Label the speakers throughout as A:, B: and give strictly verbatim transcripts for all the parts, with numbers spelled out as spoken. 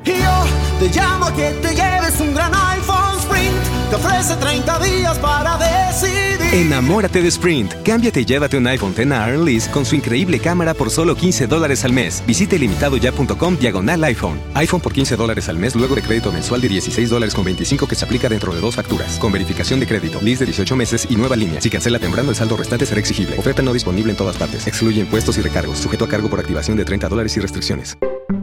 A: Y yo te llamo a que te lleves un gran iPhone Sprint. Te ofrece treinta días para decidir.
B: Enamórate de Sprint. Cámbiate y llévate un iPhone X a Earn Lease con su increíble cámara por solo quince dólares al mes. Visite limitadoya.com diagonal iPhone. iPhone por quince dólares al mes luego de crédito mensual de dieciséis dólares con veinticinco que se aplica dentro de dos facturas. Con verificación de crédito, lease de dieciocho meses y nueva línea. Si cancela temprano, el saldo restante será exigible. Oferta no disponible en todas partes. Excluye impuestos y recargos. Sujeto a cargo por activación de treinta dólares y restricciones.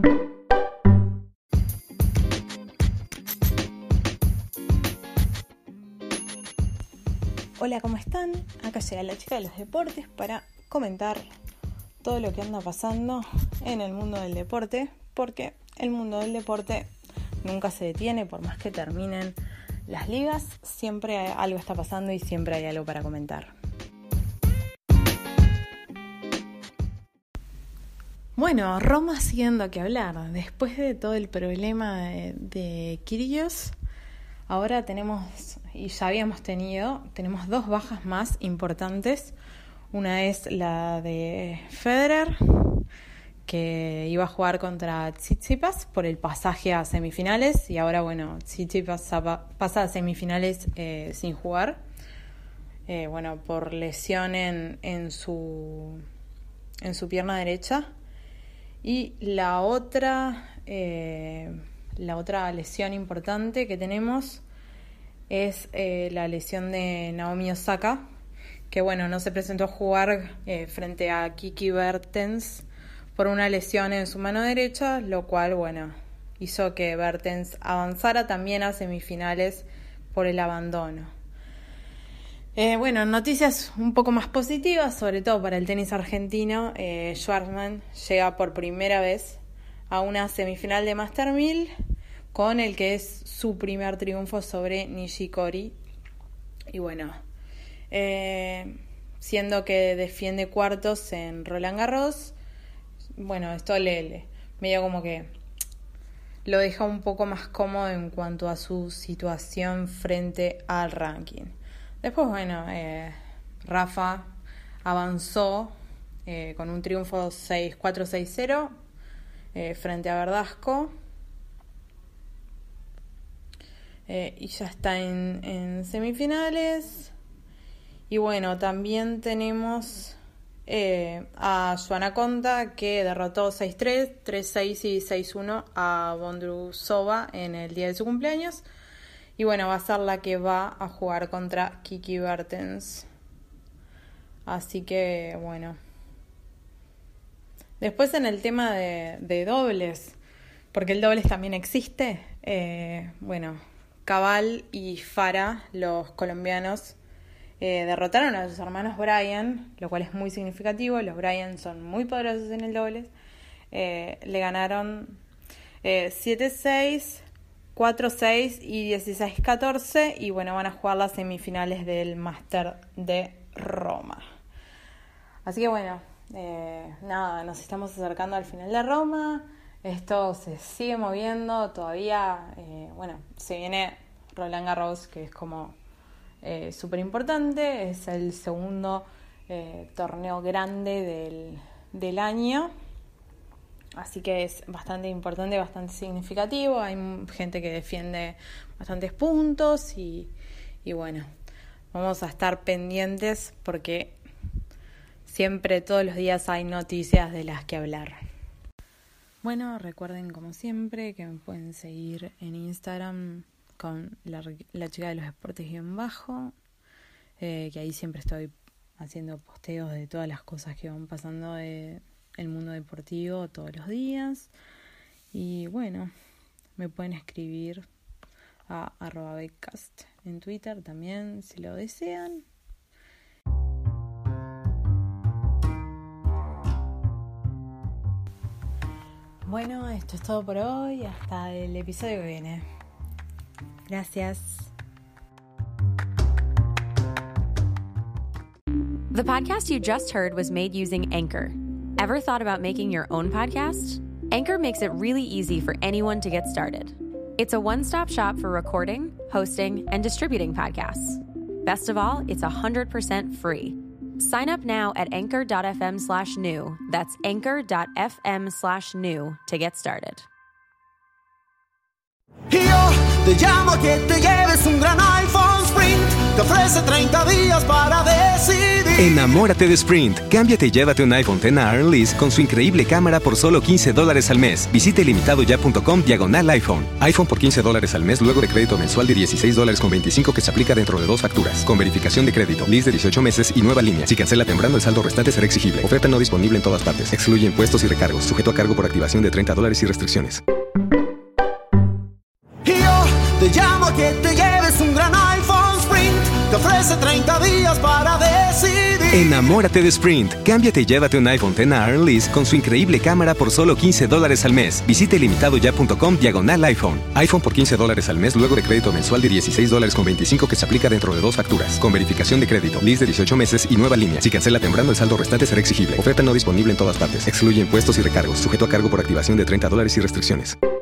C: Hola, ¿cómo están? Acá llega la chica de los deportes para comentar todo lo que anda pasando en el mundo del deporte, porque el mundo del deporte nunca se detiene, por más que terminen las ligas, siempre algo está pasando y siempre hay algo para comentar. Bueno, Roma siguiendo que hablar. Después de todo el problema de, de Kyrgios, ahora tenemos, y ya habíamos tenido, tenemos dos bajas más importantes. Una es la de Federer, que iba a jugar contra Tsitsipas por el pasaje a semifinales, y ahora, bueno, Tsitsipas pasa a semifinales eh, sin jugar, eh, bueno, por lesión en, en, su, en su pierna derecha. Y la otra, eh, la otra lesión importante que tenemos es eh, la lesión de Naomi Osaka, que bueno, no se presentó a jugar eh, frente a Kiki Bertens por una lesión en su mano derecha, lo cual, bueno, hizo que Bertens avanzara también a semifinales por el abandono. Eh, bueno, noticias un poco más positivas, sobre todo para el tenis argentino. eh, Schwartzman llega por primera vez a una semifinal de Master mil, con el que es su primer triunfo sobre Nishikori. Y bueno, eh, siendo que defiende cuartos en Roland Garros, bueno, esto le, le medio como que lo deja un poco más cómodo en cuanto a su situación frente al ranking. Después, bueno, eh, Rafa avanzó eh, con un triunfo seis cuatro seis cero eh, frente a Verdasco. Eh, y ya está en, en semifinales. Y bueno, también tenemos eh, a Joana Konta, que derrotó seis tres, tres seis y seis uno a Bondrousova en el día de su cumpleaños. Y bueno, va a ser la que va a jugar contra Kiki Bertens. Así que bueno. Después en el tema de, de dobles, porque el dobles también existe, eh, bueno, Cabal y Farah, los colombianos, eh, derrotaron a sus hermanos Bryan, lo cual es muy significativo. Los Bryan son muy poderosos en el dobles. Eh, le ganaron eh, siete seis, cuatro seis y dieciséis catorce, y bueno, van a jugar las semifinales del Master de Roma. Así que bueno, eh, nada, nos estamos acercando al final de Roma. Esto se sigue moviendo todavía. Eh, bueno, se viene Roland Garros, que es como eh, súper importante. Es el segundo eh, torneo grande del, del año. Así que es bastante importante, bastante significativo. Hay gente que defiende bastantes puntos y, y bueno, vamos a estar pendientes porque siempre, todos los días hay noticias de las que hablar. Bueno, recuerden como siempre que me pueden seguir en Instagram con la, la chica de los deportes guión bajo, eh, que ahí siempre estoy haciendo posteos de todas las cosas que van pasando de el mundo deportivo todos los días. Y bueno, me pueden escribir a arroba becast en Twitter también si lo desean. Bueno, esto es todo por hoy. Hasta el episodio que viene. Gracias.
D: The podcast you just heard was made using Anchor. Ever thought about making your own podcast? Anchor makes it really easy for anyone to get started. It's a one-stop shop for recording, hosting, and distributing podcasts. Best of all, it's one hundred percent free. Sign up now at anchor.fm slash new. That's anchor.fm slash new to get started.
A: te llamo a que te lleves un gran iPhone Sprint. Te ofrece treinta días para decidir.
B: Enamórate de Sprint. Cámbiate y llévate un iPhone X a Earnlease con su increíble cámara por solo quince dólares al mes. Visite limitadoya.com diagonal iPhone. iPhone por quince dólares al mes luego de crédito mensual de dieciséis dólares con veinticinco que se aplica dentro de dos facturas. Con verificación de crédito, lease de dieciocho meses y nueva línea. Si cancela temprano, el saldo restante será exigible. Oferta no disponible en todas partes. Excluye impuestos y recargos. Sujeto a cargo por activación de treinta dólares y restricciones.
A: Y yo te llamo a que te lleves un gran iPhone Sprint. Te ofrece treinta días para decidir.
B: Enamórate de Sprint. Cámbiate y llévate un iPhone X a Earnlease con su increíble cámara por solo quince dólares al mes. Visite limitadoya.com diagonal iPhone. iPhone por quince dólares al mes luego de crédito mensual de dieciséis dólares con veinticinco que se aplica dentro de dos facturas. Con verificación de crédito, lease de dieciocho meses y nueva línea. Si cancela temprano, el saldo restante será exigible. Oferta no disponible en todas partes. Excluye impuestos y recargos. Sujeto a cargo por activación de treinta dólares y restricciones.